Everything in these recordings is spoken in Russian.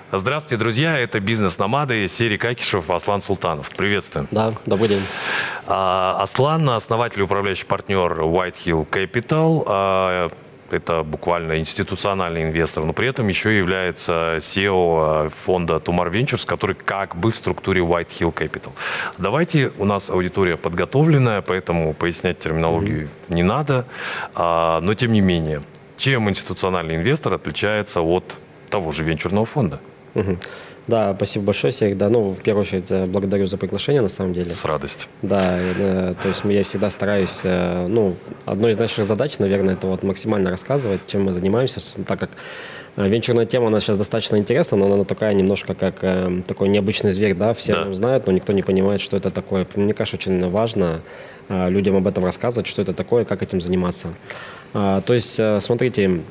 Здравствуйте, друзья. Это «Бизнес-номады», Серий Какишев, Аслан Султанов. Приветствую. Да, добрый день. Аслан, основатель и управляющий партнер White Hill Capital. Это буквально институциональный инвестор, но при этом еще является CEO фонда Tumar Ventures, который как бы в структуре White Hill Capital. Давайте, у нас аудитория подготовленная, поэтому пояснять терминологию не надо. Но тем не менее, чем институциональный инвестор отличается от того же венчурного фонда? Да, спасибо большое, Серик. Да, ну, в первую очередь, благодарю за приглашение, на самом деле. С радостью. Да, то есть я всегда стараюсь, одной из наших задач, наверное, это вот максимально рассказывать, чем мы занимаемся, так как венчурная тема, она сейчас достаточно интересна, но она такая немножко как такой необычный зверь, да, все о нем знают, но никто не понимает, что это такое. Мне кажется, очень важно людям об этом рассказывать, что это такое, как этим заниматься. То есть, смотрите,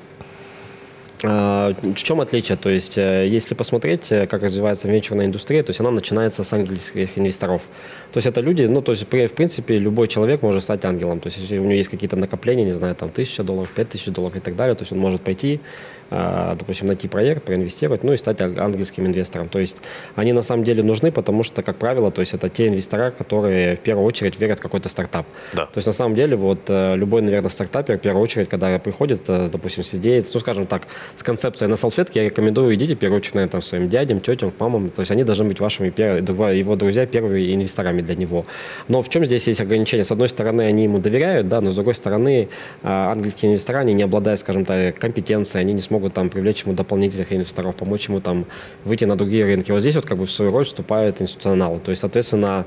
в чем отличие? То есть, если посмотреть, как развивается венчурная индустрия, то есть она начинается с ангельских инвесторов. То есть это люди, ну, то есть, в принципе, любой человек может стать ангелом. То есть, если у него есть какие-то накопления, не знаю, там, $1000, $5000 и так далее, то есть он может пойти, допустим, найти проект, проинвестировать, ну и стать ангельским инвестором. То есть они на самом деле нужны, потому что, как правило, то есть это те инвестора, которые в первую очередь верят в какой-то стартап. Да. То есть на самом деле вот любой, наверное, стартапер в первую очередь, когда приходит, допустим, с идеей, ну, скажем так, с концепцией на салфетке, я рекомендую, идите в первую очередь, наверное, своим дядям, тетям, мамам, то есть они должны быть вашими, его друзья, первыми инвесторами для него. Но в чем здесь есть ограничения? С одной стороны, они ему доверяют, да, но с другой стороны, ангельские инвестора, они не обладают, скажем так, компетенцией, они не смогут там привлечь ему дополнительных инвесторов, помочь ему там выйти на другие рынки. Вот здесь вот как бы в свою роль вступают институционалы. То есть, соответственно,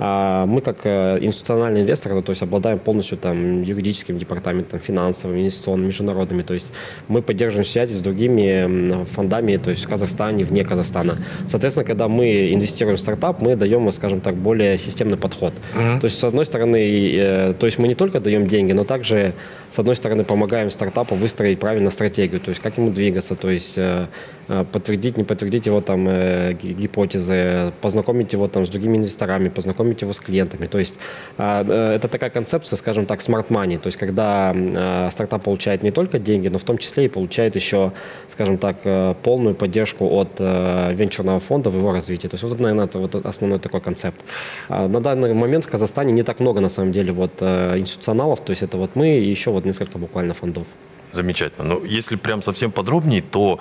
мы как институциональный инвестор, то есть обладаем полностью там юридическим департаментом, финансовым, инвестиционным, международными. То есть мы поддерживаем связи с другими фондами, то есть в Казахстане, вне Казахстана. Соответственно, когда мы инвестируем в стартап, мы даем, скажем так, более системный подход. То есть, с одной стороны, то есть мы не только даем деньги, но также, с одной стороны, помогаем стартапу выстроить правильно стратегию, то есть как ему двигаться, то есть подтвердить, не подтвердить его там гипотезы, познакомить его там с другими инвесторами, познакомить его с клиентами. То есть это такая концепция, скажем так, smart money, то есть когда стартап получает не только деньги, но в том числе и получает еще, скажем так, полную поддержку от венчурного фонда в его развитии. То есть вот, наверное, это вот основной такой концепт. На данный момент в Казахстане не так много, на самом деле, вот институционалов, то есть это вот мы и еще вот несколько буквально фондов. Замечательно. Но если прям совсем подробнее, то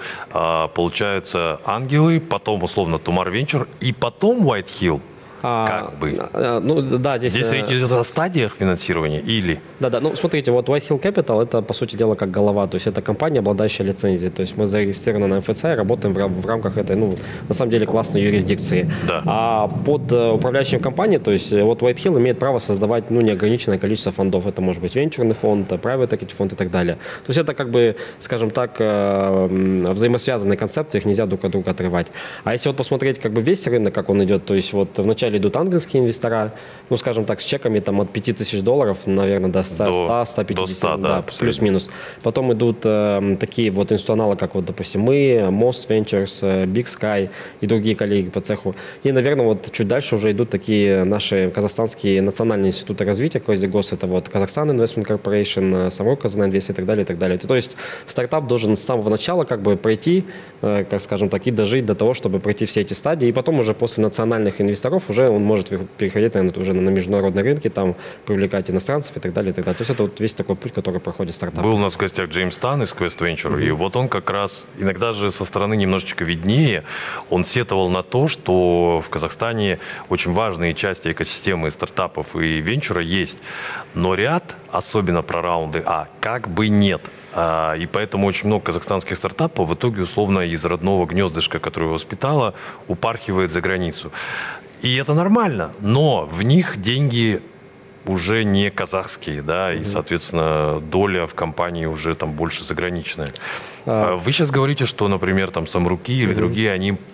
получаются ангелы, потом условно Tumar Venture и потом White Hill. Как бы. Ну, да, здесь речь идет о стадиях финансирования или? Да. Ну, смотрите, вот White Hill Capital – это, по сути дела, как голова. То есть это компания, обладающая лицензией. То есть мы зарегистрированы на МФЦ и работаем в рамках этой, ну, на самом деле, классной юрисдикции. Да. А под управляющим компанией, то есть вот White Hill имеет право создавать, ну, неограниченное количество фондов. Это может быть венчурный фонд, private equity фонд и так далее. То есть это как бы, скажем так, взаимосвязанные концепции, их нельзя друг от друга отрывать. А если вот посмотреть как бы весь рынок, как он идет, то есть вот вначале идут ангельские инвестора, ну, скажем так, с чеками там от $5000, наверное, до 100-150, да, плюс-минус. Потом идут такие вот институционалы, как вот, допустим, мы, Most Ventures, Big Sky и другие коллеги по цеху. И, наверное, вот чуть дальше уже идут такие наши казахстанские национальные институты развития, Коздегос, это вот Казахстан Investment Corporation, Самру Казанинвест и так далее, и так далее. То есть стартап должен с самого начала как бы пройти, как скажем так, и дожить до того, чтобы пройти все эти стадии, и потом уже после национальных инвесторов уже он может переходить, наверное, уже на международные рынки, там привлекать иностранцев и так далее, и так далее. То есть это вот весь такой путь, который проходит стартап. Был у нас в гостях Джеймс Тан из Quest Venture, и вот он как раз, иногда же со стороны немножечко виднее, он сетовал на то, что в Казахстане очень важные части экосистемы стартапов и венчура есть, но ряд, особенно про раунды А, как бы нет. И поэтому очень много казахстанских стартапов в итоге условно из родного гнездышка, которое его воспитало, упархивает за границу. И это нормально, но в них деньги уже не казахские, да, и, соответственно, доля в компании уже там больше заграничная. Вы сейчас говорите, что, например, там Самруки или другие, они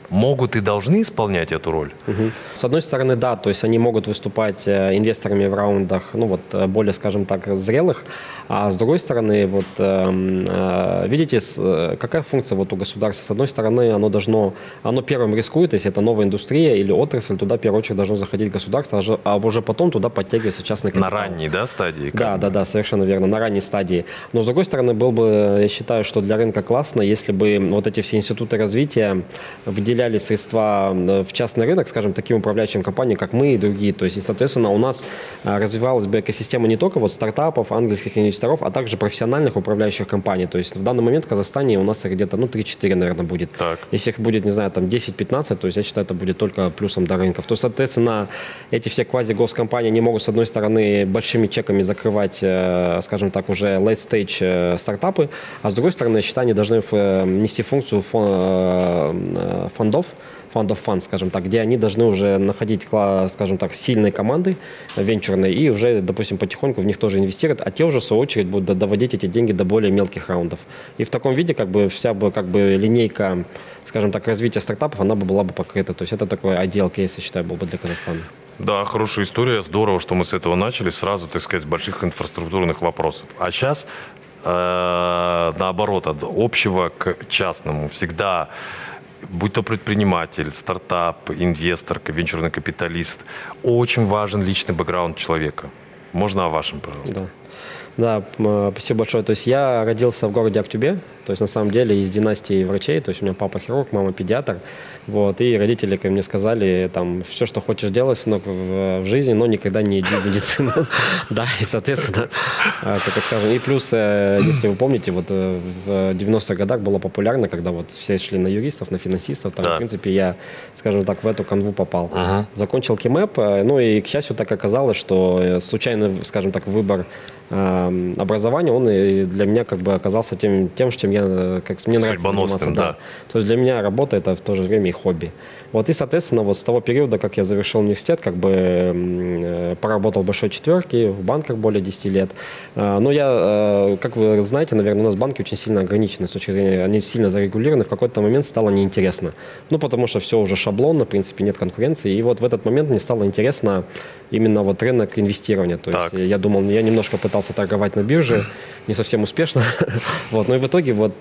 могут и должны исполнять эту роль? С одной стороны, да, то есть они могут выступать инвесторами в раундах, ну вот, более, скажем так, зрелых, а с другой стороны, вот, видите, какая функция вот у государства? С одной стороны, оно первым рискует, если это новая индустрия или отрасль, туда в первую очередь должно заходить государство, а уже потом туда подтягивается частный капитал. На ранней, да, стадии? Да, совершенно верно, на ранней стадии. Но с другой стороны, я считаю, что для рынка классно, если бы вот эти все институты развития выделяли средства в частный рынок, скажем, таким управляющим компаниям, как мы и другие. То есть, и, соответственно, у нас развивалась бы экосистема не только вот стартапов, ангельских инвесторов, а также профессиональных управляющих компаний. То есть в данный момент в Казахстане у нас их где-то 3-4, наверное, будет. Так. Если их будет, не знаю, там 10-15, то есть я считаю, это будет только плюсом до рынков. То, соответственно, эти все квази-госкомпании не могут, с одной стороны, большими чеками закрывать, скажем так, уже late-stage стартапы, а с другой стороны, я считаю, они должны нести функцию фондов, скажем так, где они должны уже находить, скажем так, сильные команды венчурные и уже, допустим, потихоньку в них тоже инвестировать, а те уже, в свою очередь, будут доводить эти деньги до более мелких раундов. И в таком виде вся линейка, скажем так, развития стартапов, она была бы покрыта. То есть это такой ideal кейс, я считаю, был бы для Казахстана. Да, хорошая история. Здорово, что мы с этого начали. Сразу, так сказать, с больших инфраструктурных вопросов. А сейчас, наоборот, от общего к частному. Всегда, будь то предприниматель, стартап, инвестор, венчурный капиталист, очень важен личный бэкграунд человека. Можно о вашем, пожалуйста? Да, спасибо большое. То есть я родился в городе Актюбе, то есть на самом деле из династии врачей, то есть у меня папа хирург, мама педиатр, вот, и родители ко мне сказали, там, все, что хочешь делать, сынок, в жизни, но никогда не иди в медицину. Да, и, соответственно, как это скажем, и плюс, если вы помните, вот в 90-х годах было популярно, когда вот все шли на юристов, на финансистов, там, в принципе, я, скажем так, в эту канву попал. Закончил КИМЭП, ну и, к счастью, так оказалось, что случайный, скажем так, выбор образования, он и для меня оказался тем, чем мне нравится заниматься. Да. То есть для меня работа это в то же время и хобби. Вот и, соответственно, вот с того периода, как я завершил университет, поработал в большой четверке, в банках более 10 лет. Но я, как вы знаете, наверное, у нас банки очень сильно ограничены с точки зрения, они сильно зарегулированы, в какой-то момент стало неинтересно. Ну, потому что все уже шаблонно, в принципе, нет конкуренции. И вот в этот момент мне стало интересно именно вот рынок инвестирования. То есть я думал, я немножко пытался торговать на бирже, не совсем успешно. Вот, но и в итоге, вот,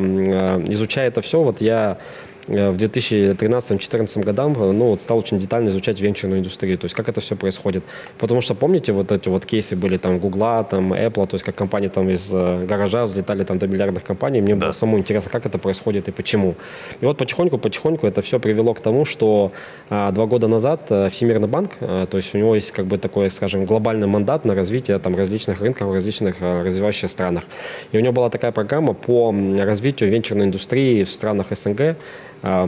изучая это все, вот я в 2013-2014 годам стал очень детально изучать венчурную индустрию, то есть как это все происходит. Потому что, помните, вот эти вот кейсы были там Гугла, там Apple, то есть как компании там из гаража взлетали там до миллиардных компаний, мне было самому интересно, как это происходит и почему. И вот потихоньку это все привело к тому, что 2 года назад Всемирный банк, то есть у него есть такой, скажем, глобальный мандат на развитие там различных рынков в различных развивающихся странах. И у него была такая программа по развитию венчурной индустрии в странах СНГ. Я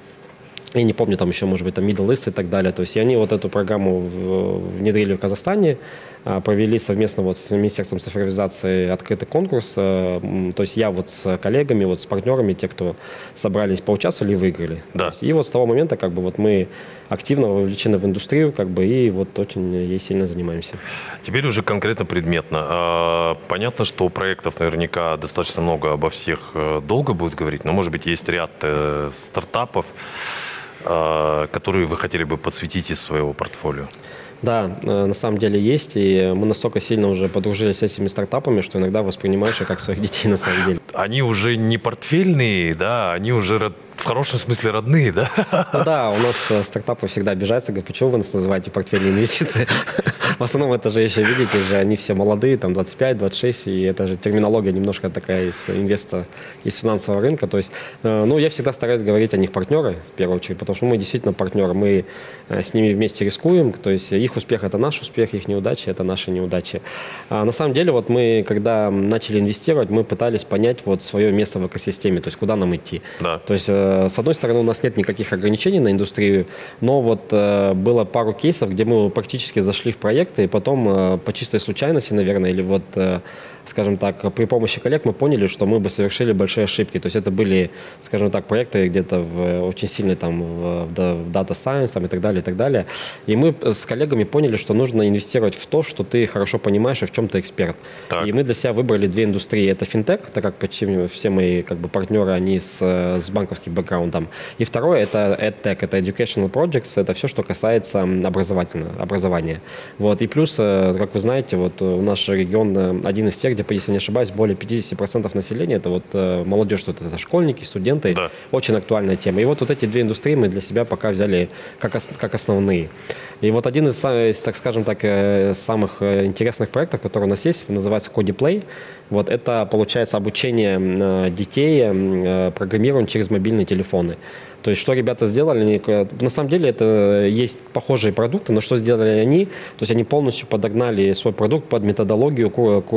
не помню, там еще, может быть, там Middle East и так далее. То есть и они вот эту программу внедрили в Казахстане, провели совместно вот с Министерством цифровизации открытый конкурс. То есть я вот с коллегами, вот с партнерами, те, кто собрались, поучаствовали и выиграли. Да. И вот с того момента вот мы активно вовлечены в индустрию, и вот очень ей сильно занимаемся. Теперь уже конкретно предметно. Понятно, что проектов наверняка достаточно много, обо всех долго будет говорить, но, может быть, есть ряд стартапов, которые вы хотели бы подсветить из своего портфолио. Да, на самом деле есть, и мы настолько сильно уже подружились с этими стартапами, что иногда воспринимаешь их как своих детей на самом деле. Они уже не портфельные, да, они уже в хорошем смысле родные, да? Ну да, у нас стартапы всегда обижаются, говорят, почему вы нас называете портфельные инвестиции? В основном это же еще, видите же, они все молодые, там 25-26, и это же терминология немножко такая из финансового рынка. То есть, я всегда стараюсь говорить о них партнеры, в первую очередь, потому что мы действительно партнеры, мы с ними вместе рискуем, то есть их успех – это наш успех, их неудачи – это наши неудачи. На самом деле, вот мы, когда начали инвестировать, мы пытались понять вот свое место в экосистеме, то есть куда нам идти. Да. То есть, с одной стороны, у нас нет никаких ограничений на индустрию, но вот было пару кейсов, где мы практически зашли в проект, проекты, и потом по чистой случайности, наверное, или вот, скажем так, при помощи коллег мы поняли, что мы бы совершили большие ошибки. То есть это были, скажем так, проекты где-то очень сильные там в Data Science там, и так далее, и так далее. И мы с коллегами поняли, что нужно инвестировать в то, что ты хорошо понимаешь и в чем ты эксперт. Так. И мы для себя выбрали две индустрии. Это финтех, так как почти все мои как бы партнеры, они с банковским бэкграундом. И второе, это EdTech, это Educational Projects, это все, что касается образования. Вот. И плюс, как вы знаете, вот наш регион один из тех, где, если не ошибаюсь, более 50% населения, это вот молодежь, это школьники, студенты. Да. Очень актуальная тема. И вот эти две индустрии мы для себя пока взяли как основные. И вот один из, так скажем так, самых интересных проектов, который у нас есть, называется CodePlay. Вот это, получается, обучение детей программированию через мобильные телефоны. То есть, что ребята сделали, на самом деле это есть похожие продукты, но что сделали они? То есть, они полностью подогнали свой продукт под методологию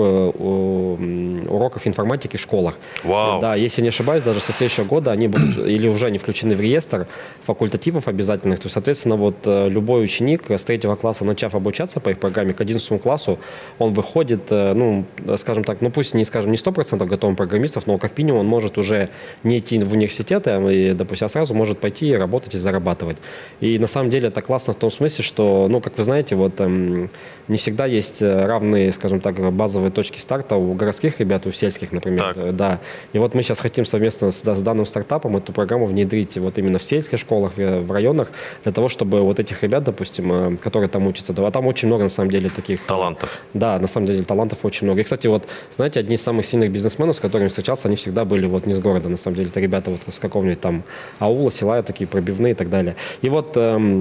уроков информатики в школах. Вау. Да, если не ошибаюсь, даже со следующего года они будут, или уже они включены в реестр факультативов обязательных. То есть, соответственно, вот любой ученик с 3 класса, начав обучаться по их программе, к 11 классу, он выходит, ну, скажем так, ну, пусть не 100% готовым программистов, но как минимум он может уже не идти в университет, и, допустим, а сразу может пойти и работать и зарабатывать. И на самом деле это классно в том смысле, что, ну, как вы знаете, вот не всегда есть равные, скажем так, базовые точки старта у городских ребят, у сельских, например. Так. Да. И вот мы сейчас хотим совместно с данным стартапом эту программу внедрить вот именно в сельских школах, в районах, для того, чтобы вот этих ребят, допустим, которые там учатся, да, там очень много, на самом деле, таких... Талантов. Да, на самом деле, талантов очень много. И, кстати, вот, знаете, одни из самых сильных бизнесменов, с которыми встречался, они всегда были вот не с города, на самом деле. Это ребята вот с какого-нибудь там аула, села, такие пробивные и так далее. И вот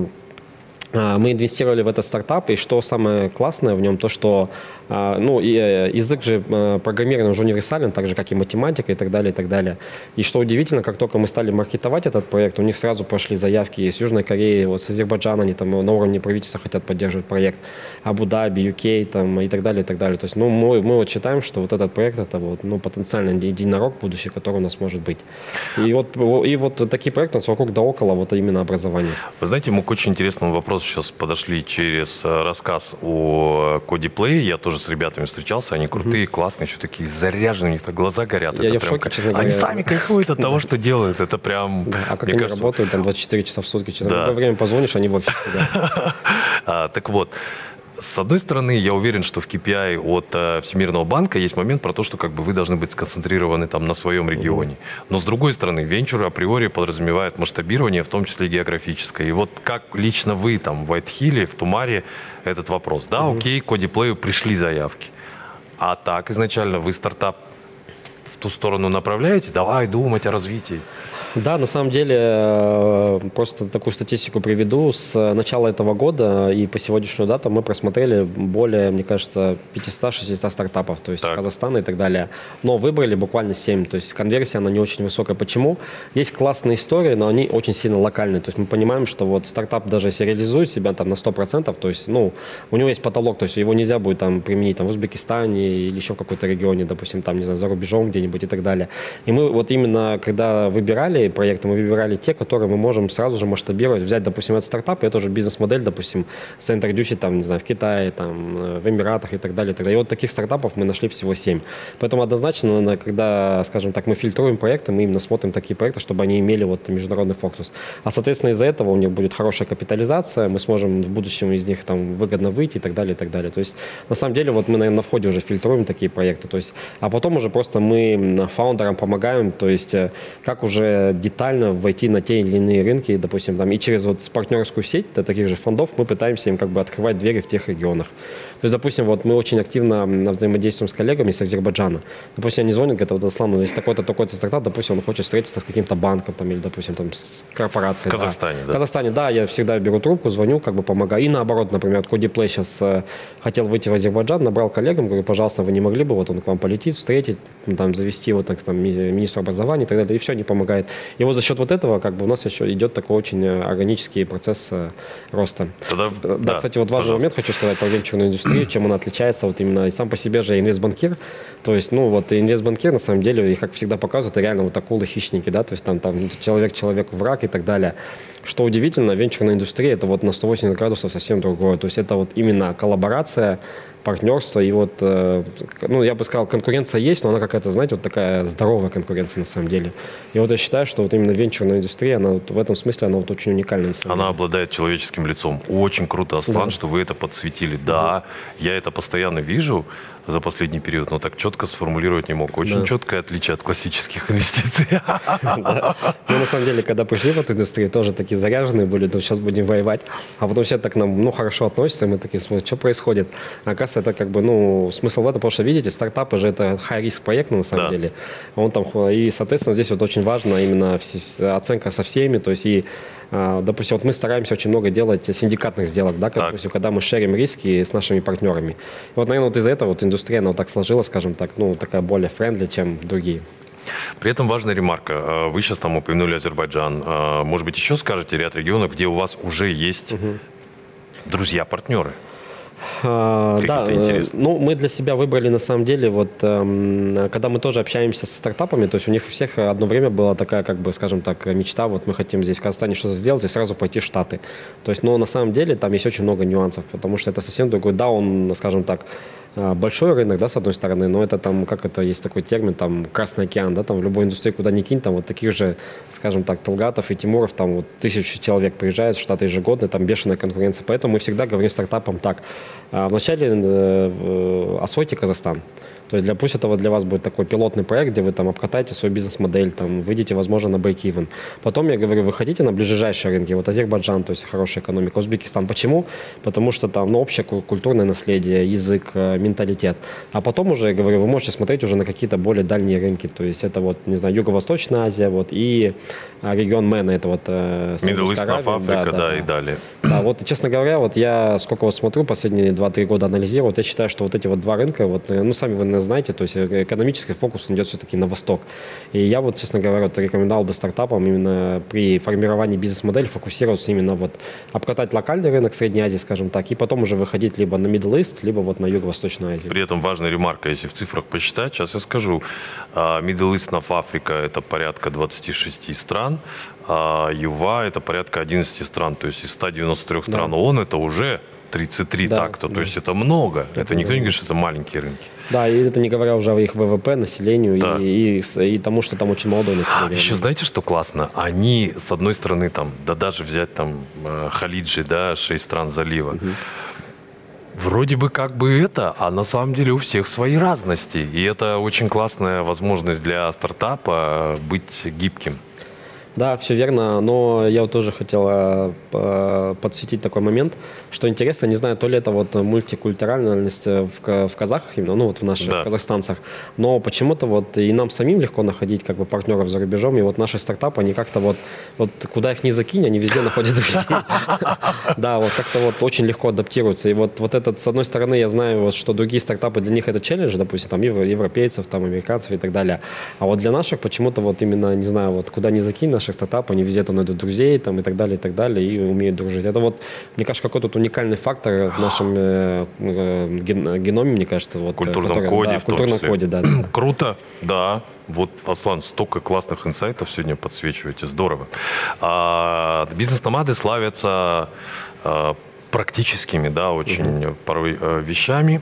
мы инвестировали в этот стартап, и что самое классное в нем, то, что ну, язык же программирования уже универсален, так же, как и математика и так далее, и так далее. И что удивительно, как только мы стали маркетовать этот проект, у них сразу пошли заявки из Южной Кореи, вот с Азербайджана, они там на уровне правительства хотят поддерживать проект, Абу-Даби, UK там, и так далее, и так далее. То есть, ну, мы вот считаем, что вот этот проект, это вот, ну, потенциально единорог будущий, который у нас может быть. И вот такие проекты у нас вокруг да около вот именно образования. Вы знаете, мы к очень интересному вопросу сейчас подошли через рассказ о CodePlay. Я тоже с ребятами встречался, они крутые, классные, еще такие заряженные, у них так глаза горят. Я в шоке, честно говоря. Они сами кайфуют от того, что делают. Это прям... А как они работают там 24 часа в сутки, в любое время позвонишь, они в офисе сидят. Так вот, с одной стороны, я уверен, что в KPI от Всемирного банка есть момент про то, что как бы вы должны быть сконцентрированы там на своем регионе. Но с другой стороны, венчуры априори подразумевают масштабирование, в том числе географическое. И вот как лично вы там в White-Hill, в Тумаре этот вопрос. Да, окей, к CodePlay пришли заявки. А так изначально вы стартап в ту сторону направляете? Давай думать о развитии. Да, на самом деле, просто такую статистику приведу. С начала этого года и по сегодняшнюю дату мы просмотрели более, мне кажется, 500-600 стартапов, то есть с Казахстана и так далее. Но выбрали буквально 7, то есть конверсия, она не очень высокая. Почему? Есть классные истории, но они очень сильно локальные. То есть мы понимаем, что вот стартап, даже если реализует себя там на 100%, то есть, ну, у него есть потолок, то есть его нельзя будет там применить там в Узбекистане или еще в какой-то регионе, допустим, там, не знаю, за рубежом где-нибудь и так далее. И мы вот именно, когда выбирали проекты, мы выбирали те, которые мы можем сразу же масштабировать, взять, допустим, этот стартап, и эту же бизнес-модель, допустим, заинтродюсить там, не знаю, в Китае, там, в Эмиратах и так далее, и так далее. И вот таких стартапов мы нашли всего 7. Поэтому однозначно, когда, скажем так, мы фильтруем проекты, мы именно смотрим такие проекты, чтобы они имели вот международный фокус. А, соответственно, из-за этого у них будет хорошая капитализация, мы сможем в будущем из них там выгодно выйти и так далее, и так далее. То есть, на самом деле, вот мы, наверное, на входе уже фильтруем такие проекты, то есть, а потом уже просто мы фаундерам помогаем, то есть, как уже детально войти на те или иные рынки, допустим, там, и через вот партнерскую сеть таких же фондов мы пытаемся им как бы открывать двери в тех регионах. То есть, допустим, вот мы очень активно взаимодействуем с коллегами с Азербайджана. Допустим, они звонят, говорят, вот, Аслан, есть такой-то стартап, допустим, он хочет встретиться с каким-то банком там, или, допустим, там, с корпорацией. В Казахстане, да? В Казахстане, да, я всегда беру трубку, звоню, как бы помогаю. И наоборот, например, CodePlay сейчас хотел выйти в Азербайджан, набрал коллегам, говорю, пожалуйста, вы не могли бы, вот он к вам полетит, встретить, там, завести вот так, там, министру образования и так далее, и все, не помогает. И вот за счет вот этого, как бы, у нас еще идет такой очень органический процесс роста. Да, кстати, вот важный момент хочу сказать про венчурную индустрию, чем она отличается, вот именно, и сам по себе же инвестбанкир, то есть, ну, вот инвестбанкир, на самом деле, и как всегда показывают, это реально вот акулы, хищники, да, то есть там человек человеку враг и так далее. что удивительно, венчурная индустрия – это вот на 180 градусов совсем другое. То есть это вот именно коллаборация, партнерство и вот, ну, я бы сказал, конкуренция есть, но она какая-то, знаете, вот такая здоровая конкуренция на самом деле. И вот я считаю, что вот именно венчурная индустрия, она вот в этом смысле, она вот очень уникальна на самом деле. Она обладает человеческим лицом. Очень круто, Аслан, что вы это подсветили. Да, я это постоянно вижу за последний период, но так четко сформулировать не мог. Очень четкое отличие от классических инвестиций. Ну, на самом деле, когда пришли в эту индустрию, тоже такие заряженные были, то сейчас будем воевать. А потом все так к нам, ну, хорошо относятся, и мы такие смотрим, что происходит. Оказывается, это как бы, ну, смысл в этом, потому что, видите, стартапы же это high-risk проект на самом деле. Он там, и, соответственно, здесь вот очень важно именно оценка со всеми, то есть и допустим, вот мы стараемся очень много делать синдикатных сделок, да, допустим, когда мы шерим риски с нашими партнерами. И вот, наверное, вот из-за этого вот индустрия, она вот так сложилась, скажем так, ну, такая более френдли, чем другие. При этом важная ремарка. Вы сейчас там упомянули Азербайджан. Может быть, еще скажете ряд регионов, где у вас уже есть друзья-партнеры? Да, ну, мы для себя выбрали, на самом деле, вот, когда мы тоже общаемся со стартапами, то есть у них у всех одно время была такая, как бы, скажем так, мечта, вот мы хотим здесь в Казахстане что-то сделать и сразу пойти в Штаты. То есть, но на самом деле там есть очень много нюансов, потому что это совсем другой, да, он, скажем так, большой рынок, да, с одной стороны, но это там, как это, есть такой термин, там, Красный океан, да, там в любой индустрии, куда ни кинь, там вот таких же, скажем так, Талгатов и Тимуров, там вот 1000 человек приезжает в Штаты ежегодно, там бешеная конкуренция, поэтому мы всегда говорим стартапам так, вначале освойте Казахстан. То есть пусть это вот для вас будет такой пилотный проект, где вы там обкатаете свою бизнес-модель, там выйдете, возможно, на break-even. Потом, я говорю, выходите на ближайшие рынки. Вот Азербайджан, то есть хорошая экономика. Узбекистан. Почему? Потому что там, ну, общее культурное наследие, язык, менталитет. А потом уже, я говорю, вы можете смотреть уже на какие-то более дальние рынки. То есть это вот, не знаю, Юго-Восточная Азия, вот, и регион Мэна, это вот Middle East, Африка, да, и далее. Да, вот, честно говоря, вот я сколько вот смотрю, последние 2-3 года анализирую, вот я считаю, что вот эти вот два рынка, вот, ну, сами вы знаете, то есть экономический фокус идет все-таки на восток. И я вот, честно говоря, вот рекомендовал бы стартапам именно при формировании бизнес-модели фокусироваться именно вот обкатать локальный рынок Средней Азии, скажем так, и потом уже выходить либо на Middle East, либо вот на Юго-Восточную Азию. При этом важная ремарка, если в цифрах посчитать, сейчас я скажу, Middle East, Африка это порядка 26 стран, а ЮВА это порядка 11 стран, то есть из 193 стран ООН это уже 33 так-то, то есть это много, это никто не говорит, что это маленькие рынки. Да, и это не говоря уже о их ВВП, населению и тому, что там очень молодое население. Еще знаете, что классно? Они, с одной стороны, там, да даже взять там Халиджи, да, 6 стран залива, вроде бы как бы это, а на самом деле у всех свои разности. И это очень классная возможность для стартапа быть гибким. Да, все верно, но я вот тоже хотел подсветить такой момент, что интересно, не знаю, то ли это вот мультикультуральность в казахах именно, ну вот в наших казахстанцах, но почему-то вот и нам самим легко находить как бы партнеров за рубежом, и вот наши стартапы, они как-то вот куда их ни закинь, они везде находят друзей. Да, вот как-то вот очень легко адаптируются, и вот этот, с одной стороны, я знаю, вот, что другие стартапы, для них это челлендж, допустим, там европейцев, там американцев и так далее, а вот для наших почему-то вот именно, не знаю, вот куда ни закинь наших стартапов, они везде там найдут друзей там, и так далее, и умеют дружить. Это вот, мне кажется, какой-то уникальный фактор в нашем геноме, мне кажется. Вот, в культурном коде. Да, в культурном коде, да. Круто, да. Вот, Аслан, столько классных инсайтов сегодня подсвечиваете, здорово. Бизнес-номады славятся практическими, да, очень порой вещами.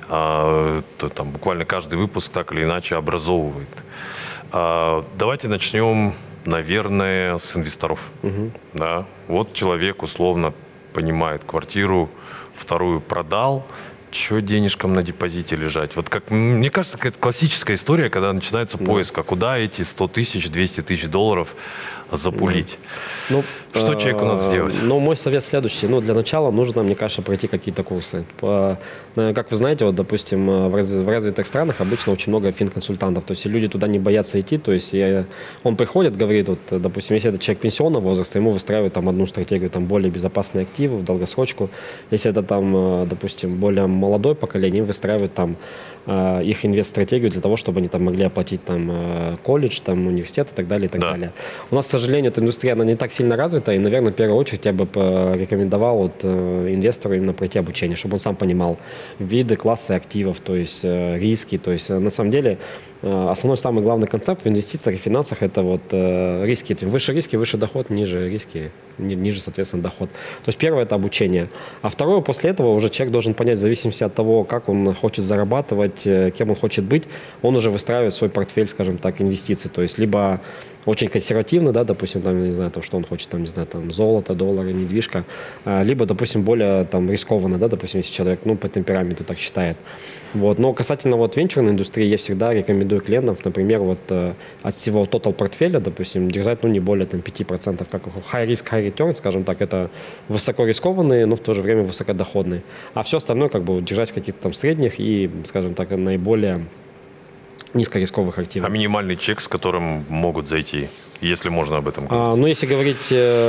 Там буквально каждый выпуск так или иначе образовывает. Давайте начнем, наверное, с инвесторов. Да? Вот человек условно понимает, квартиру вторую продал, что денежкам на депозите лежать. Вот как, мне кажется, это классическая история, когда начинается поиск, а куда эти 100 тысяч, 200 тысяч долларов запулить. Ну, что человеку надо сделать? Ну, мой совет следующий. Ну, для начала нужно, мне кажется, пройти какие-то курсы. Как вы знаете, вот, допустим, в развитых странах обычно очень много финконсультантов. То есть люди туда не боятся идти. То есть он приходит, говорит, вот, допустим, если это человек пенсионного возраста, ему выстраивают там одну стратегию, там более безопасные активы в долгосрочку. Если это там, допустим, более молодое поколение, им выстраивают там их инвест-стратегию для того, чтобы они там могли оплатить там колледж, там университет и так далее, и так далее. У нас, к сожалению, эта индустрия, она не так сильно развита, и, наверное, в первую очередь я бы порекомендовал вот, инвестору именно пройти обучение, чтобы он сам понимал виды, классы активов, то есть риски, то есть на самом деле основной самый главный концепт в инвестициях и финансах – это вот риски. Выше риски, выше доход, ниже риски, ниже, соответственно, доход. То есть первое – это обучение. А второе, после этого уже человек должен понять, в зависимости от того, как он хочет зарабатывать, кем он хочет быть, он уже выстраивает свой портфель, скажем так, инвестиций. То есть либо очень консервативно, да, допустим, там, не знаю, там, что он хочет, там, не знаю, там, золото, доллары, недвижка, либо, допустим, более там рискованно, да, допустим, если человек, ну, по темпераменту так считает. Вот. Но касательно вот венчурной индустрии, я всегда рекомендую клиентам, например, вот от всего total портфеля, допустим, держать, ну, не более там 5%, как high risk, high return, скажем так, это высоко рискованные, но в то же время высокодоходные. А все остальное, как бы, держать в каких-то там средних и, скажем так, наиболее низкорисковых активов. А минимальный чек, с которым могут зайти, если можно об этом говорить? Ну, если говорить,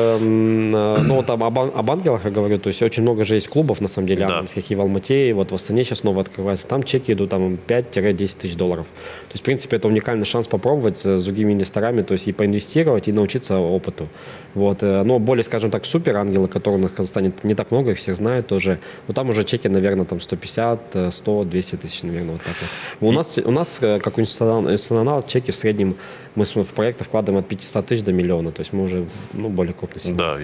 ну, вот об ангелах я говорю, то есть очень много же есть клубов, на самом деле, ангельских, и в Алмате, и вот в Астане сейчас снова открывается. Там чеки идут там 5-10 тысяч долларов. То есть, в принципе, это уникальный шанс попробовать с другими инвесторами, то есть и поинвестировать, и научиться опыту. Вот. Но более, скажем так, супер ангелы, которые в Казахстане не так много, их всех знают тоже. Но там уже чеки, наверное, там 150, 100, 200 тысяч, наверное, вот так вот. У нас как у институционал, чеки в среднем мы в проекты вкладываем от 500 тысяч до миллиона, то есть мы уже, ну, более крупный сегмент. Да,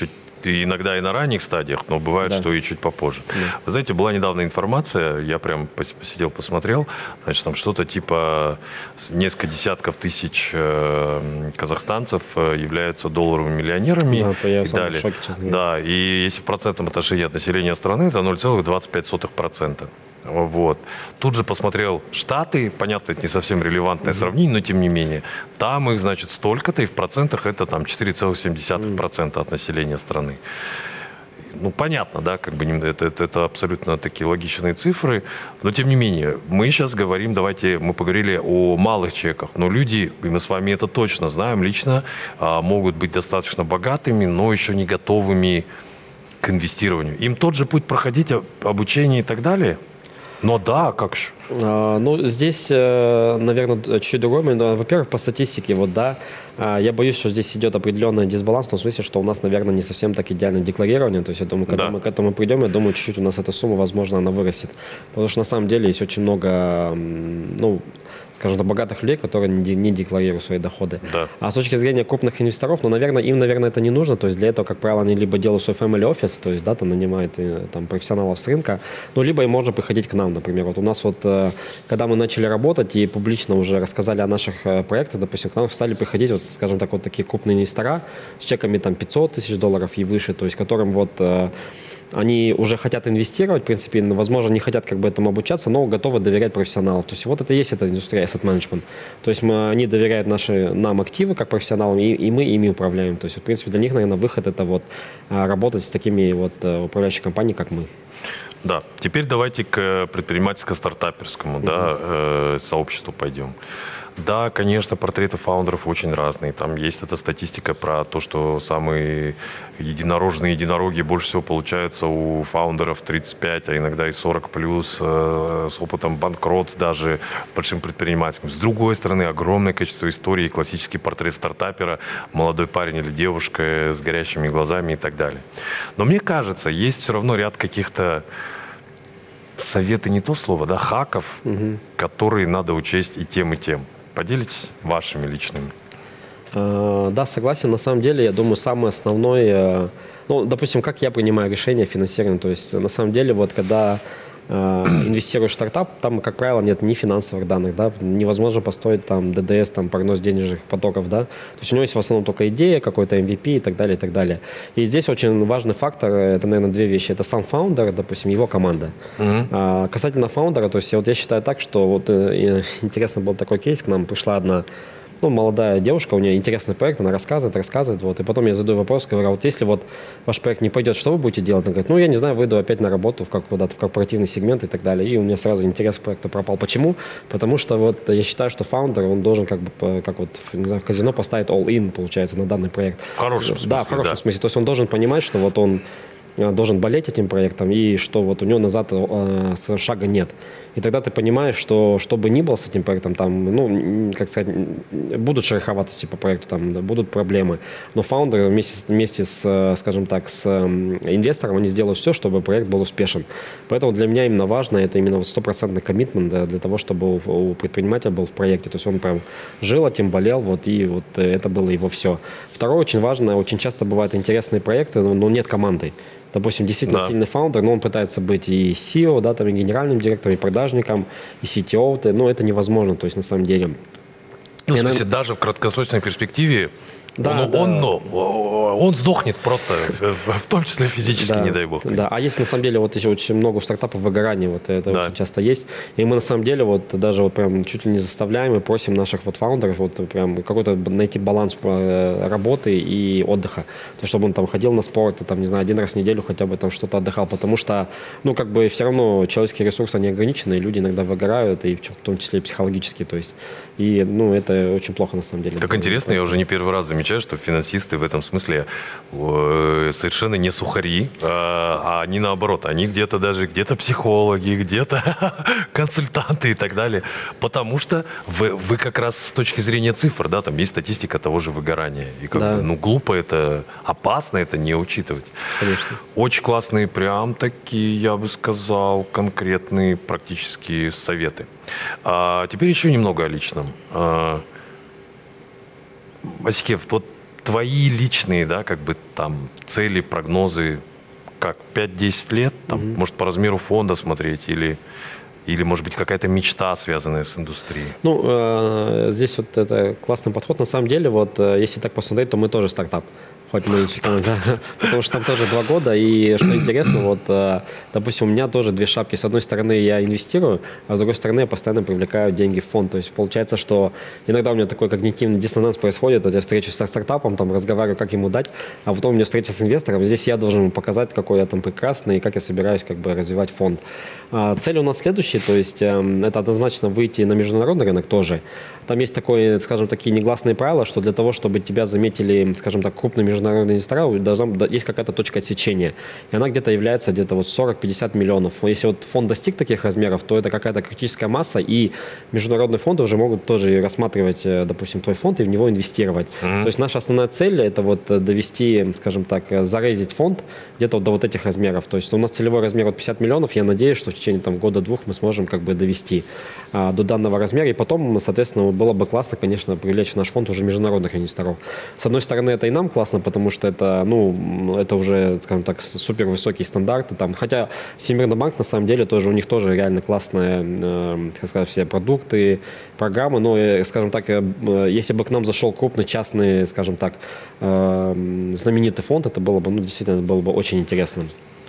и иногда и на ранних стадиях, но бывает, что и чуть попозже. Да. Вы знаете, была недавно информация, я прям посидел, посмотрел, значит, там что-то типа несколько десятков тысяч казахстанцев являются долларовыми миллионерами. Да, я и сам далее. в шоке, честно говоря. Да, и если в процентном отношении от населения страны, это 0,25%. Вот. Тут же посмотрел Штаты, понятно, это не совсем релевантное сравнение, но тем не менее. Там их, значит, столько-то, и в процентах это там 4,7% от населения страны. Ну, понятно, да, как бы это абсолютно такие логичные цифры, но тем не менее, мы сейчас говорим, давайте, мы поговорили о малых чеках, но люди, и мы с вами это точно знаем лично, могут быть достаточно богатыми, но еще не готовыми к инвестированию. Им тот же путь проходить, обучение и так далее? Но да, как же? Ну, здесь, наверное, чуть-чуть другой момент. Во-первых, по статистике, вот, да, я боюсь, что здесь идет определенный дисбаланс, в том смысле, что у нас, наверное, не совсем так идеально декларирование. То есть, я думаю, когда мы к этому придем, я думаю, чуть-чуть у нас эта сумма, возможно, она вырастет. Потому что, на самом деле, есть очень много, ну, скажем так, богатых людей, которые не декларируют свои доходы. Да. А с точки зрения крупных инвесторов, ну, наверное, им, это не нужно. То есть для этого, как правило, они либо делают свой family office, то есть, да, там нанимают там, профессионалов с рынка, ну, либо им можно приходить к нам, например. Вот у нас вот, когда мы начали работать и публично уже рассказали о наших проектах, допустим, к нам стали приходить, вот, скажем так, вот такие крупные инвестора с чеками там 500 тысяч долларов и выше, то есть которым вот они уже хотят инвестировать, в принципе, возможно, не хотят как бы этому обучаться, но готовы доверять профессионалам. То есть вот это и есть эта индустрия asset management. То есть они доверяют нам активы как профессионалам, и мы ими управляем. То есть, в принципе, для них, наверное, выход это вот работать с такими вот управляющими компаниями, как мы. Да, теперь давайте к предпринимательско-стартаперскому сообществу пойдем. Да, конечно, портреты фаундеров очень разные. Там есть эта статистика про то, что самые единорожные единороги больше всего получаются у фаундеров 35, а иногда и 40 плюс, с опытом банкротств даже, большим предпринимателем. С другой стороны, огромное количество историй, классический портрет стартапера, молодой парень или девушка с горящими глазами и так далее. Но мне кажется, есть все равно ряд каких-то советы, не то слово, да, хаков, которые надо учесть и тем, и тем. Поделитесь вашими личными. Да, согласен. На самом деле, я думаю, самый основной, ну, допустим, как я принимаю решение финансирования. То есть, на самом деле, вот когда инвестируешь в стартап, там, как правило, нет ни финансовых данных, да, невозможно построить там ДДС, там, прогноз денежных потоков, да, то есть у него есть в основном только идея, какой-то MVP и так далее, и так далее. И здесь очень важный фактор, это, наверное, две вещи, это сам фаундер, допустим, его команда. Касательно фаундера, то есть я считаю так, что вот интересно был такой кейс, к нам пришла одна, ну, молодая девушка, у нее интересный проект, она рассказывает, вот, и потом я задаю вопрос, говорю, а вот если вот ваш проект не пойдет, что вы будете делать? Она говорит, ну, я не знаю, выйду опять на работу в корпоративный сегмент и так далее, и у меня сразу интерес к проекту пропал. Почему? Потому что вот я считаю, что фаундер, он должен как бы, как вот, не знаю, в казино поставить all-in, получается, на данный проект. В хорошем смысле, да, в хорошем смысле, то есть он должен понимать, что вот он должен болеть этим проектом, и что вот у него назад шага нет. И тогда ты понимаешь, что бы ни было с этим проектом, там, ну, как сказать, будут шероховатости по проекту, там, да, будут проблемы. Но фаундеры вместе с, скажем так, с инвестором, они сделают все, чтобы проект был успешен. Поэтому для меня именно важно, это именно вот 100% коммитмент, да, для того, чтобы у предпринимателя был в проекте. То есть он прям жил этим, болел, вот, и вот это было его все. Второе, очень важно, очень часто бывают интересные проекты, но нет команды. Допустим, действительно сильный фаундер, но он пытается быть и CEO, да, там, и генеральным директором, и продажником, и CTO, но это невозможно, то есть на самом деле. Ну, в смысле, даже в краткосрочной перспективе он сдохнет просто, в том числе физически, не дай бог. Да, а есть на самом деле вот еще очень много у стартапов выгорания, вот это очень часто есть. И мы на самом деле вот даже вот прям чуть ли не заставляем и просим наших вот фаундеров вот прям какой-то найти баланс работы и отдыха. То, чтобы он там ходил на спорт, и, там, не знаю, 1 раз в неделю хотя бы там что-то отдыхал, потому что, ну, как бы все равно человеческие ресурсы, они ограничены, и люди иногда выгорают, и в том числе и психологически, то есть. И, ну, это очень плохо на самом деле. Так интересно, я уже не первый раз замечаю, что финансисты в этом смысле совершенно не сухари, а они наоборот, они где-то психологи, где-то консультанты и так далее, потому что вы как раз с точки зрения цифр, да, там есть статистика того же выгорания, и как бы, ну, глупо это, опасно это не учитывать. Конечно. Очень классные, прям такие, я бы сказал, конкретные практические советы. Теперь еще немного о личном. Асикев, вот твои личные, да, как бы там цели, прогнозы, как 5-10 лет, там, может, по размеру фонда смотреть или, может быть, какая-то мечта, связанная с индустрией? Ну, здесь вот это классный подход. На самом деле, вот если так посмотреть, то мы тоже стартап. Хоть мы считаем, да, потому что там тоже 2 года, и что интересно, вот, допустим, у меня тоже 2 шапки. С одной стороны, я инвестирую, а с другой стороны, я постоянно привлекаю деньги в фонд. То есть получается, что иногда у меня такой когнитивный диссонанс происходит, вот я встречусь со стартапом, там, разговариваю, как ему дать, а потом у меня встреча с инвестором, здесь я должен ему показать, какой я там прекрасный, и как я собираюсь как бы развивать фонд. Цель у нас следующая, то есть это однозначно выйти на международный рынок тоже. Там есть такое, скажем, такие негласные правила, что для того, чтобы тебя заметили, скажем так, крупные международные инвестора, есть какая-то точка отсечения. И она где-то является где-то вот 40-50 миллионов. Если вот фонд достиг таких размеров, то это какая-то критическая масса, и международные фонды уже могут тоже рассматривать, допустим, твой фонд и в него инвестировать. То есть наша основная цель – это вот довести, скажем так, зарейзить фонд где-то вот до вот этих размеров. То есть у нас целевой размер от 50 миллионов. Я надеюсь, что в течение там, 1-2 мы сможем как бы довести до данного размера. И потом, соответственно, было бы классно, конечно, привлечь в наш фонд уже международных инвесторов. С одной стороны, это и нам классно, потому что это, ну, это уже, скажем так, супер высокие стандарты. Там. Хотя Всемирный банк, на самом деле, тоже у них тоже реально классные, как сказать, все продукты, программы. Но, скажем так, если бы к нам зашел крупный частный, скажем так, знаменитый фонд, это было бы, ну, действительно, было бы очень интересно.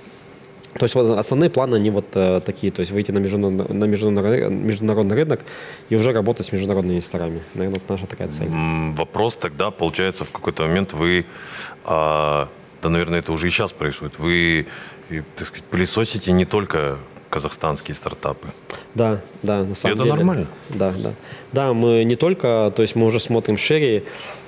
То есть вот основные планы, они вот такие, то есть выйти на международный рынок и уже работать с международными инвесторами. Наверное, вот наша такая цель. Вопрос тогда, получается, в какой-то момент вы, да, наверное, это уже и сейчас происходит, вы, так сказать, пылесосите не только казахстанские стартапы. Да, на самом деле. Это нормально? Да, мы не только, то есть мы уже смотрим шире.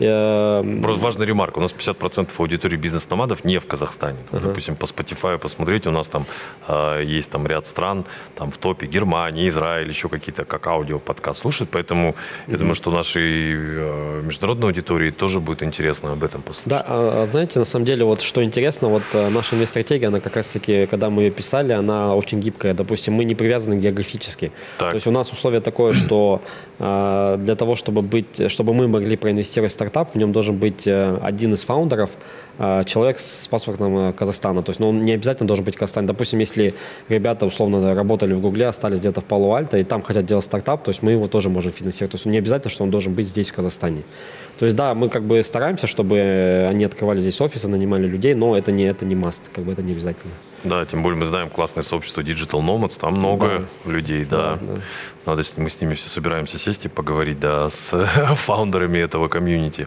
Просто важная ремарка. У нас 50% аудитории бизнес-номадов не в Казахстане. Допустим, по Spotify посмотреть, у нас там есть там ряд стран, там в топе Германия, Израиль, еще какие-то, как аудио-подкаст слушают. Поэтому я думаю, что нашей международной аудитории тоже будет интересно об этом послушать. Да, знаете, на самом деле, вот что интересно, вот наша инвест-стратегия, она как раз-таки, когда мы ее писали, она очень гибкая. Допустим, мы не привязаны географически. Так. То есть у нас условие такое, что для того, чтобы мы могли проинвестировать в стартап, в нем должен быть один из фаундеров, человек с паспортом Казахстана. То есть, он не обязательно должен быть в Казахстане. Допустим, если ребята условно работали в Гугле, остались где-то в Пало-Альто, и там хотят делать стартап, то есть мы его тоже можем финансировать. То есть не обязательно, что он должен быть здесь, в Казахстане. То есть, да, мы как бы стараемся, чтобы они открывали здесь офисы, нанимали людей, но это не must, как бы это не обязательно. Да, тем более мы знаем классное сообщество Digital Nomads, там много людей, да. Надо, мы с ними все собираемся сесть и поговорить, да, с фаундерами этого комьюнити.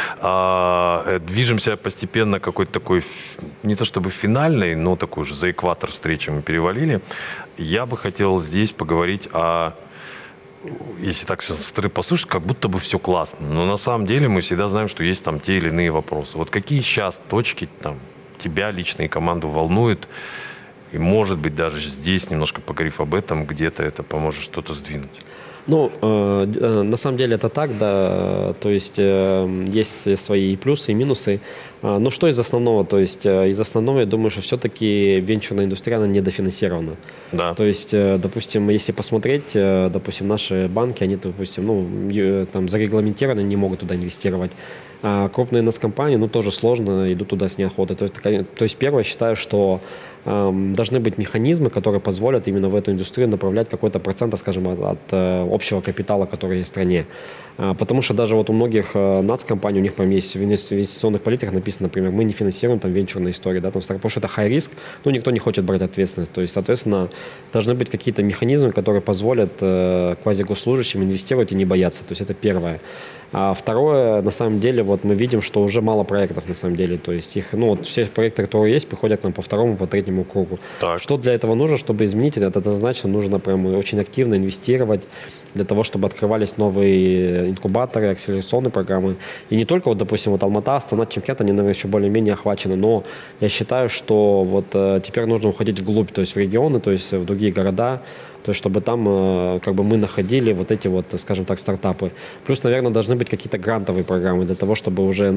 Движемся постепенно какой-то такой, не то чтобы финальный, но такой уже за экватор встречи мы перевалили. Я бы хотел здесь поговорить о, если так сейчас послушать, как будто бы все классно. Но на самом деле мы всегда знаем, что есть там те или иные вопросы. Вот какие сейчас точки там тебя лично и команду волнует? И, может быть, даже здесь, немножко поговорив об этом, где-то это поможет что-то сдвинуть? Ну, на самом деле это так, да, то есть есть свои и плюсы, и минусы. Но что из основного? То есть из основного, я думаю, что все-таки венчурная индустрия, она недофинансирована. Да. То есть, допустим, если посмотреть, допустим, наши банки, они, допустим, там зарегламентированы, не могут туда инвестировать. А крупные нас-компании, тоже сложно, идут туда с неохотой. То есть первое, считаю, что должны быть механизмы, которые позволят именно в эту индустрию направлять какой-то процент, скажем, от общего капитала, который есть в стране. Потому что даже вот у многих нацкомпаний, у них прям есть в инвестиционных политиках написано, например, мы не финансируем там венчурные истории, да, потому что это high risk, никто не хочет брать ответственность. То есть, соответственно, должны быть какие-то механизмы, которые позволят квазигосслужащим инвестировать и не бояться. То есть это первое. А второе, на самом деле, вот мы видим, что уже мало проектов, на самом деле. То есть их, все проекты, которые есть, приходят к нам по второму, по третьему кругу. Так. Что для этого нужно, чтобы изменить это? Однозначно нужно прям очень активно инвестировать для того, чтобы открывались новые инкубаторы, акселерационные программы. И не только, вот, допустим, вот Алмата, Астана, Чимкент, они, наверное, еще более-менее охвачены. Но я считаю, что вот теперь нужно уходить вглубь, то есть в регионы, то есть в другие города, то есть чтобы там как бы мы находили вот эти вот, скажем так, стартапы. Плюс, наверное, должны быть какие-то грантовые программы для того, чтобы уже,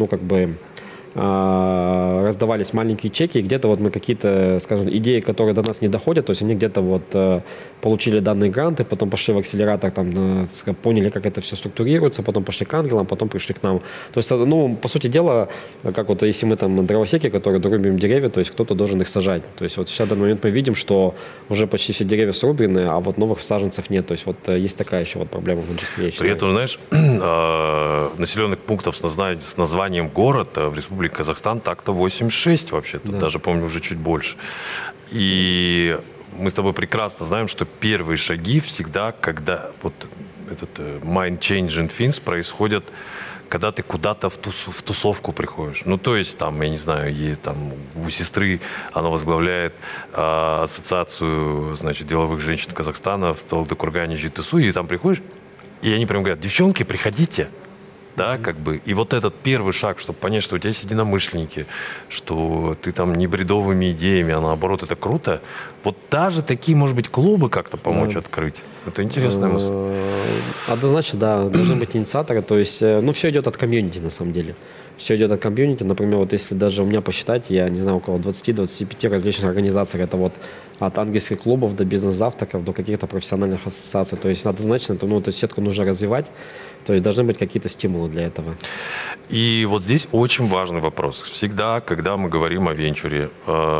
раздавались маленькие чеки, и где-то вот мы какие-то, скажем, идеи, которые до нас не доходят, то есть они где-то вот получили данные гранты, потом пошли в акселератор, там, поняли, как это все структурируется, потом пошли к ангелам, потом пришли к нам. То есть, по сути дела, как вот если мы там дровосеки, которые рубим деревья, то есть кто-то должен их сажать. То есть вот сейчас в данный момент мы видим, что уже почти все деревья срублены, а вот новых саженцев нет. То есть вот есть такая еще вот проблема в индустрии. При этом, знаешь, населенных пунктов с названием город в Республике Казахстан так-то 86 вообще-то, да. Даже, помню, уже чуть больше. И мы с тобой прекрасно знаем, что первые шаги всегда, когда вот этот mind changing things происходят, когда ты куда-то в тусовку приходишь. То есть, там, я не знаю, у сестры, она возглавляет ассоциацию, значит, деловых женщин Казахстана в Талдыкургане, ЖТСУ, и там приходишь, и они прям говорят: девчонки, приходите. Да, как бы. И вот этот первый шаг, чтобы понять, что у тебя есть единомышленники, что ты там не бредовыми идеями, а наоборот, это круто. Вот даже такие, может быть, клубы как-то помочь открыть. Это интересная мысль. Однозначно, да, должны быть инициаторы. То есть, все идет от комьюнити, на самом деле. Все идет от комьюнити. Например, вот если даже у меня посчитать, я не знаю, около 20-25 различных организаций. Это вот от ангельских клубов до бизнес-завтраков, до каких-то профессиональных ассоциаций. То есть однозначно эту сетку нужно развивать. То есть должны быть какие-то стимулы для этого. И вот здесь очень важный вопрос. Всегда, когда мы говорим о венчуре,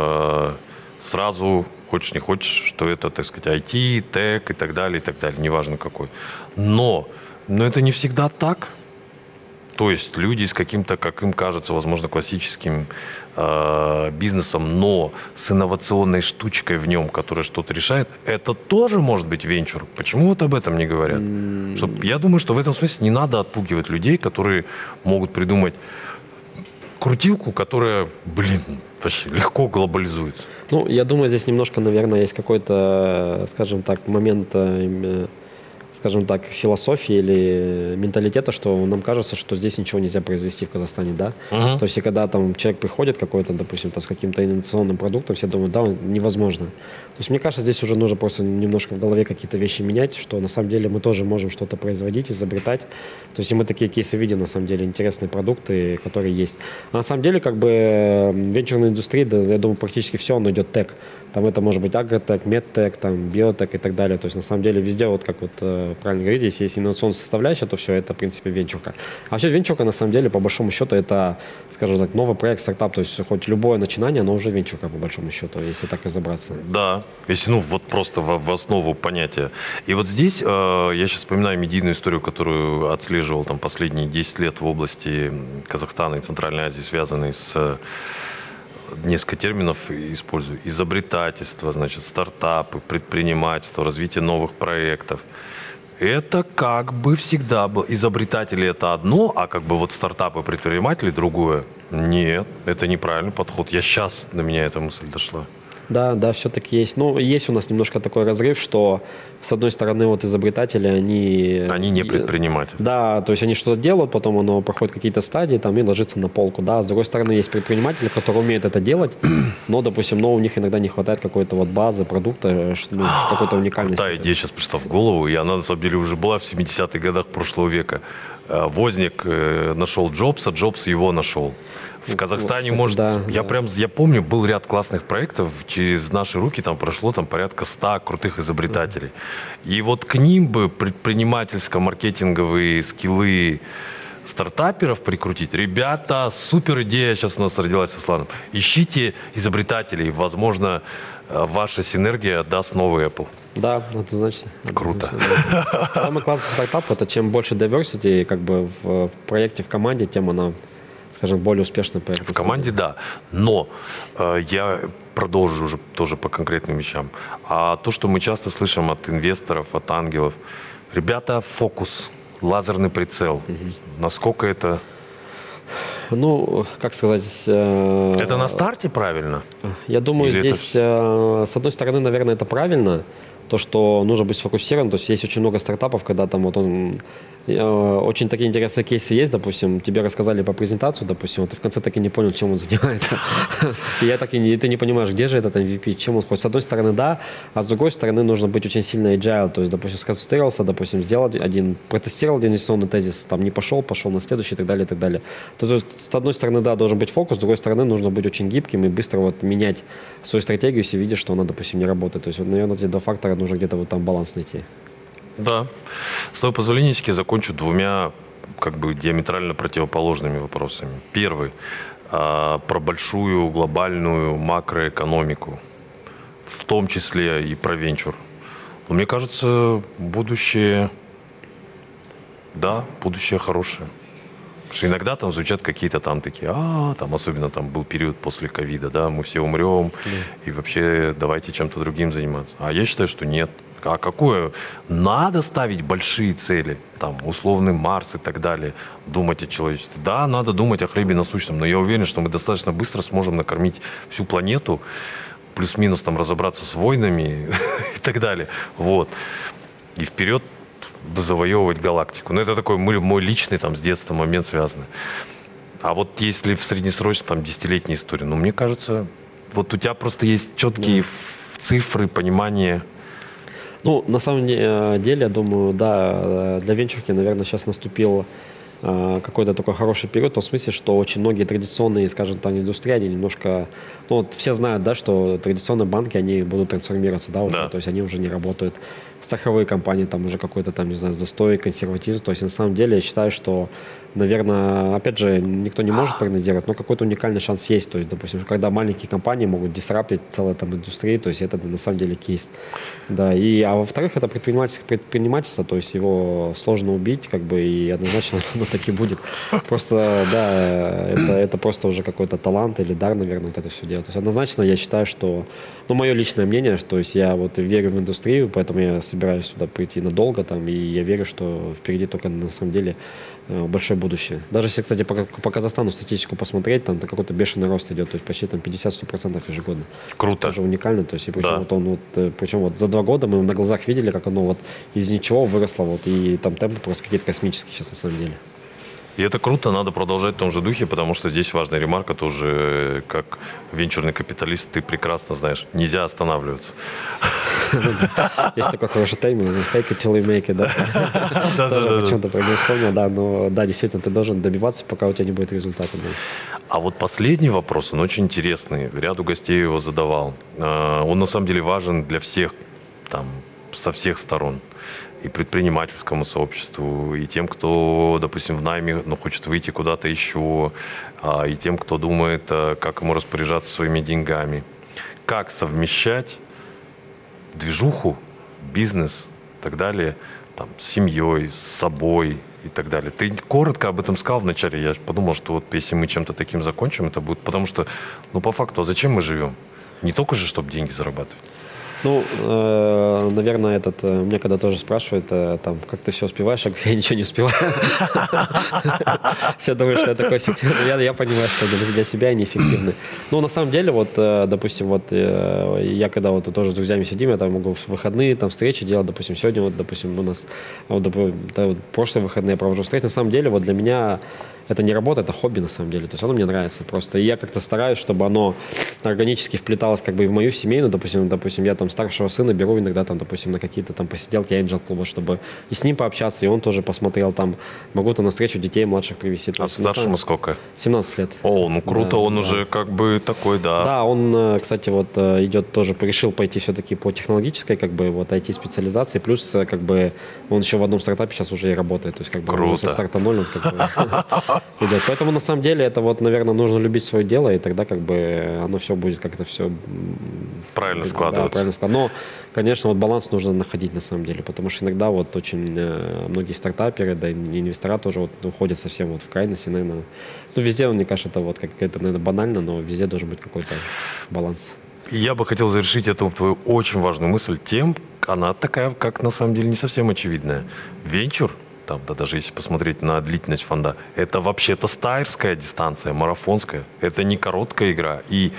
сразу, хочешь не хочешь, что это, так сказать, IT, тег и так далее, неважно какой. Но это не всегда так. То есть люди с каким-то, как им кажется, возможно, классическим бизнесом, но с инновационной штучкой в нем, которая что-то решает, это тоже может быть венчур. Почему вот об этом не говорят? Я думаю, что в этом смысле не надо отпугивать людей, которые могут придумать крутилку, которая, вообще легко глобализуется. Я думаю, здесь немножко, наверное, есть какой-то, скажем так, момент, скажем так, философии или менталитета, что нам кажется, что здесь ничего нельзя произвести в Казахстане, да. То есть, и когда там человек приходит какой-то, допустим, с каким-то инновационным продуктом, все думают, да, невозможно. То есть, мне кажется, здесь уже нужно просто немножко в голове какие-то вещи менять, что на самом деле мы тоже можем что-то производить, изобретать. То есть, и мы такие кейсы видим, на самом деле, интересные продукты, которые есть. А на самом деле, как бы, в венчурной индустрии, да, я думаю, практически все, оно идет тег. Там это может быть агротек, медтек, там, биотек и так далее. То есть, на самом деле, везде, вот как вот правильно говорите, если есть инновационная составляющая, то все, это, в принципе, венчурка. А вообще венчурка, на самом деле, по большому счету, это, скажем так, новый проект, стартап. То есть, хоть любое начинание, оно уже венчурка, по большому счету, если так разобраться. Да, если, вот просто в основу понятия. И вот здесь я сейчас вспоминаю медийную историю, которую отслеживал там последние 10 лет в области Казахстана и Центральной Азии, связанной с... Несколько терминов использую. Изобретательство, значит, стартапы, предпринимательство, развитие новых проектов. Это как бы всегда было. Изобретатели — это одно, а как бы вот стартапы, предприниматели — другое. Нет, это неправильный подход. До меня эта мысль дошла. Да, все-таки есть. Ну, есть у нас немножко такой разрыв, что, с одной стороны, вот изобретатели, Они не предприниматели. Да, то есть они что-то делают, потом оно проходит какие-то стадии там, и ложится на полку, да. С другой стороны, есть предприниматели, которые умеют это делать, но, допустим, у них иногда не хватает какой-то вот базы, продукта, какой-то уникальности. Крутая идея сейчас пришла в голову, и она, на самом деле, уже была в 70-х годах прошлого века. Возник нашел Джобса, Джобс его нашел. В Казахстане, вот, кстати, я помню, был ряд классных проектов, через наши руки там прошло порядка 100 крутых изобретателей. И вот к ним бы предпринимательско-маркетинговые скиллы стартаперов прикрутить. Ребята, супер идея сейчас у нас родилась с Асланом. Ищите изобретателей, возможно, ваша синергия даст новый Apple. Да, однозначно. Круто. Да. Самый классный стартап — это чем больше diversity как бы в проекте, в команде, тем она, скажем, более успешный проект. В команде, да. Но я продолжу уже тоже по конкретным вещам. А то, что мы часто слышим от инвесторов, от ангелов, ребята, фокус, лазерный прицел. Насколько это... Ну, как сказать... Это на старте правильно? Я думаю, Или здесь, с одной стороны, наверное, это правильно. То, что нужно быть сфокусирован. То есть есть очень много стартапов, когда там вот он... Очень такие интересные кейсы есть, допустим, тебе рассказали по презентацию, допустим, ты в конце так и не понял, чем он занимается. И ты не понимаешь, где же этот MVP, чем он ходит. С одной стороны, да, а с другой стороны, нужно быть очень сильно agile, то есть, допустим, сконцентрировался, допустим, сделал протестировал один инвестиционный тезис, там не пошел на следующий и так далее, и так далее. То есть, с одной стороны, да, должен быть фокус, с другой стороны, нужно быть очень гибким и быстро вот менять свою стратегию, если видишь, что она, допустим, не работает. То есть, вот, наверное, эти два фактора нужно где-то вот там баланс найти. Да. С твоего позволения, я закончу двумя как бы диаметрально противоположными вопросами. Первый про большую глобальную макроэкономику, в том числе и про венчур. Но мне кажется, будущее хорошее. Потому что иногда там звучат какие-то там такие, там особенно там был период после ковида, да, мы все умрем, и вообще давайте чем-то другим заниматься. А я считаю, что нет. А какое? Надо ставить большие цели, там, условный Марс и так далее, думать о человечестве. Да, надо думать о хлебе насущном, но я уверен, что мы достаточно быстро сможем накормить всю планету, плюс-минус там разобраться с войнами и так далее. Вот. И вперед завоевывать галактику. Но это такой мой личный там с детства момент связанный. А вот если в среднесрочной, там, 10-летней истории, мне кажется, вот у тебя просто есть четкие цифры, понимание. На самом деле, я думаю, да, для венчурки, наверное, сейчас наступил какой-то такой хороший период, в том смысле, что очень многие традиционные, скажем так, индустрии, они немножко, все знают, да, что традиционные банки, они будут трансформироваться, да, уже, да. То есть они уже не работают. Страховые компании, там уже какой-то там, не знаю, застой, консерватизм. То есть на самом деле я считаю, что, наверное, опять же, никто не может прогнозировать, но какой-то уникальный шанс есть. То есть, допустим, когда маленькие компании могут дисраптить целую там индустрию, то есть это на самом деле кейс. Да, а во-вторых, это предпринимательство, то есть его сложно убить, как бы, и однозначно оно так и будет. Просто, да, это просто уже какой-то талант или дар, наверное, вот это все делать. То есть однозначно я считаю, что, мое личное мнение, что, то есть я вот верю в индустрию, поэтому я собираюсь сюда прийти надолго, там, и я верю, что впереди только на самом деле большое будущее. Даже если, кстати, по Казахстану статистику посмотреть, там какой-то бешеный рост идет, то есть почти там 50-100% ежегодно. Круто. Это же уникально, то есть, и причем, да. причем за 2 года мы на глазах видели, как оно вот из ничего выросло, и там темпы просто какие-то космические сейчас на самом деле. И это круто, надо продолжать в том же духе, потому что здесь важная ремарка тоже, как венчурный капиталист, ты прекрасно знаешь, нельзя останавливаться. Есть такой хороший тайм, fake it till you make it, да? Тоже почему-то про него вспомнил, да, но да, действительно, ты должен добиваться, пока у тебя не будет результата. А вот последний вопрос, он очень интересный, ряду гостей его задавал. Он на самом деле важен для всех, там, со всех сторон. И предпринимательскому сообществу, и тем, кто, допустим, в найме, хочет выйти куда-то еще, и тем, кто думает, как ему распоряжаться своими деньгами. Как совмещать движуху, бизнес и так далее, там, с семьей, с собой и так далее. Ты коротко об этом сказал вначале, я подумал, что вот если мы чем-то таким закончим, это будет, потому что, по факту, а зачем мы живем? Не только же, чтобы деньги зарабатывать. Ну, наверное, меня когда тоже спрашивают, там, как ты все успеваешь, я говорю, я ничего не успеваю. Все думают, что я такой эффективный. Я понимаю, что для себя я неэффективный. Ну, на самом деле, вот, допустим, вот я когда вот тоже с друзьями сидим, я там могу в выходные там встречи делать, допустим, сегодня вот, допустим, у нас вот, прошлые выходные я провожу встречи. На самом деле, вот для меня это не работа, это хобби на самом деле. То есть оно мне нравится просто. И я как-то стараюсь, чтобы оно органически вплеталось как бы и в мою семейную. Допустим, я там старшего сына беру иногда там, допустим, на какие-то там посиделки Angel клуба, чтобы и с ним пообщаться, и он тоже посмотрел там. Могу-то на встречу детей младших привезти. А старшему сколько? 17 лет. О, ну круто, да, он да. Уже как бы такой, да. Да, он, кстати, вот идет тоже, решил пойти все-таки по технологической, как бы, вот, IT-специализации, плюс, как бы, он еще в одном стартапе сейчас уже и работает, то есть, как бы, круто. Со старта ноль он, как бы, идет. Поэтому, на самом деле, это вот, наверное, нужно любить свое дело, и тогда, как бы, оно все будет как-то все... Правильно складываться. Да, правильно складываться. Но, конечно, вот баланс нужно находить, на самом деле, потому что иногда вот очень многие стартаперы, да, и инвестора тоже вот уходят совсем вот в крайности, наверное. Ну, везде, мне кажется, это вот как-то, наверное, банально, но везде должен быть какой-то баланс. Я бы хотел завершить эту твою очень важную мысль тем, она такая, как на самом деле не совсем очевидная. Венчур, там, да, даже если посмотреть на длительность фонда, это вообще-то стайерская дистанция, марафонская. Это не короткая игра. И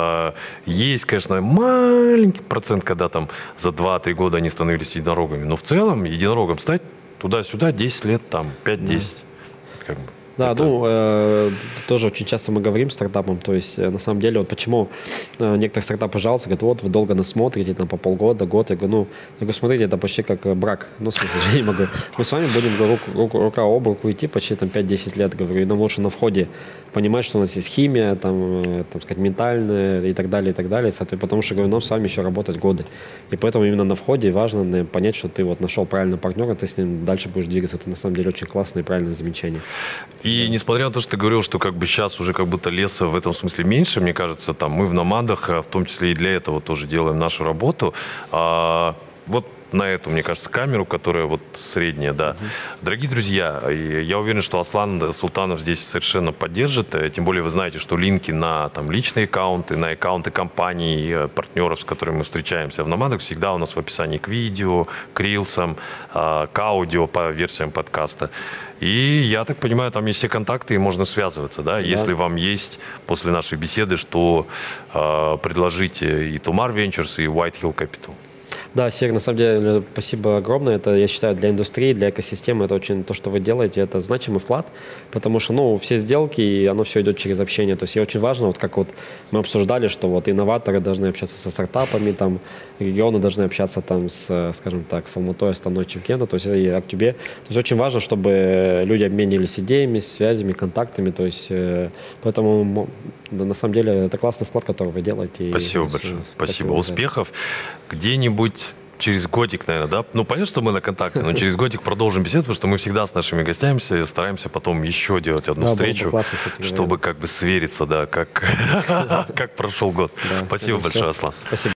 есть, конечно, маленький процент, когда там за 2-3 года они становились единорогами. Но в целом единорогом стать туда-сюда 10 лет, там, 5-10. Как бы. Да, это... тоже очень часто мы говорим стартапам, то есть на самом деле вот почему некоторые стартапы жалуются, говорят, вот вы долго нас смотрите, там по полгода, год, я говорю, смотрите, это почти как брак, ну, в смысле, я не могу, мы с вами будем рука об руку идти почти там 5-10 лет, говорю, и нам лучше на входе понимать, что у нас есть химия, там сказать, ментальная и так далее, соответственно, потому что, говорю, нам с вами еще работать годы, и поэтому именно на входе важно понять, что ты вот нашел правильного партнера, ты с ним дальше будешь двигаться, это на самом деле очень классное и правильное замечание. И несмотря на то, что ты говорил, что как бы сейчас уже как будто леса в этом смысле меньше, мне кажется, там мы в Номадах, в том числе и для этого тоже делаем нашу работу. Вот на эту, мне кажется, камеру, которая вот средняя, да. Дорогие друзья, я уверен, что Аслан Султанов здесь совершенно поддержит. Тем более вы знаете, что линки на там, личные аккаунты, на аккаунты компаний, партнеров, с которыми мы встречаемся в Номадах, всегда у нас в описании к видео, к рилсам, к аудио по версиям подкаста. И я так понимаю, там есть все контакты, и можно связываться, да? Если вам есть после нашей беседы, что предложить и Tomar Ventures, и White Hill Capital. Да, Серег, на самом деле, спасибо огромное. Это, я считаю, для индустрии, для экосистемы, это очень то, что вы делаете, это значимый вклад, потому что, ну, все сделки, и оно все идет через общение. То есть, и очень важно, вот как вот мы обсуждали, что вот инноваторы должны общаться со стартапами, там, регионы должны общаться там с, скажем так, с Алматой, Астаной, Чимкента, то есть, и Актюбе. То есть, очень важно, чтобы люди обменивались идеями, связями, контактами, то есть, поэтому, да, на самом деле, это классный вклад, который вы делаете. Спасибо большое. Спасибо. Успехов. Где-нибудь через годик, наверное, да? Ну, понятно, что мы на контакте, но через годик продолжим беседу, потому что мы всегда с нашими гостями стараемся потом еще делать одну встречу, классно, кстати, чтобы как бы свериться, да, как прошел год. Да, спасибо большое, Аслан. Спасибо.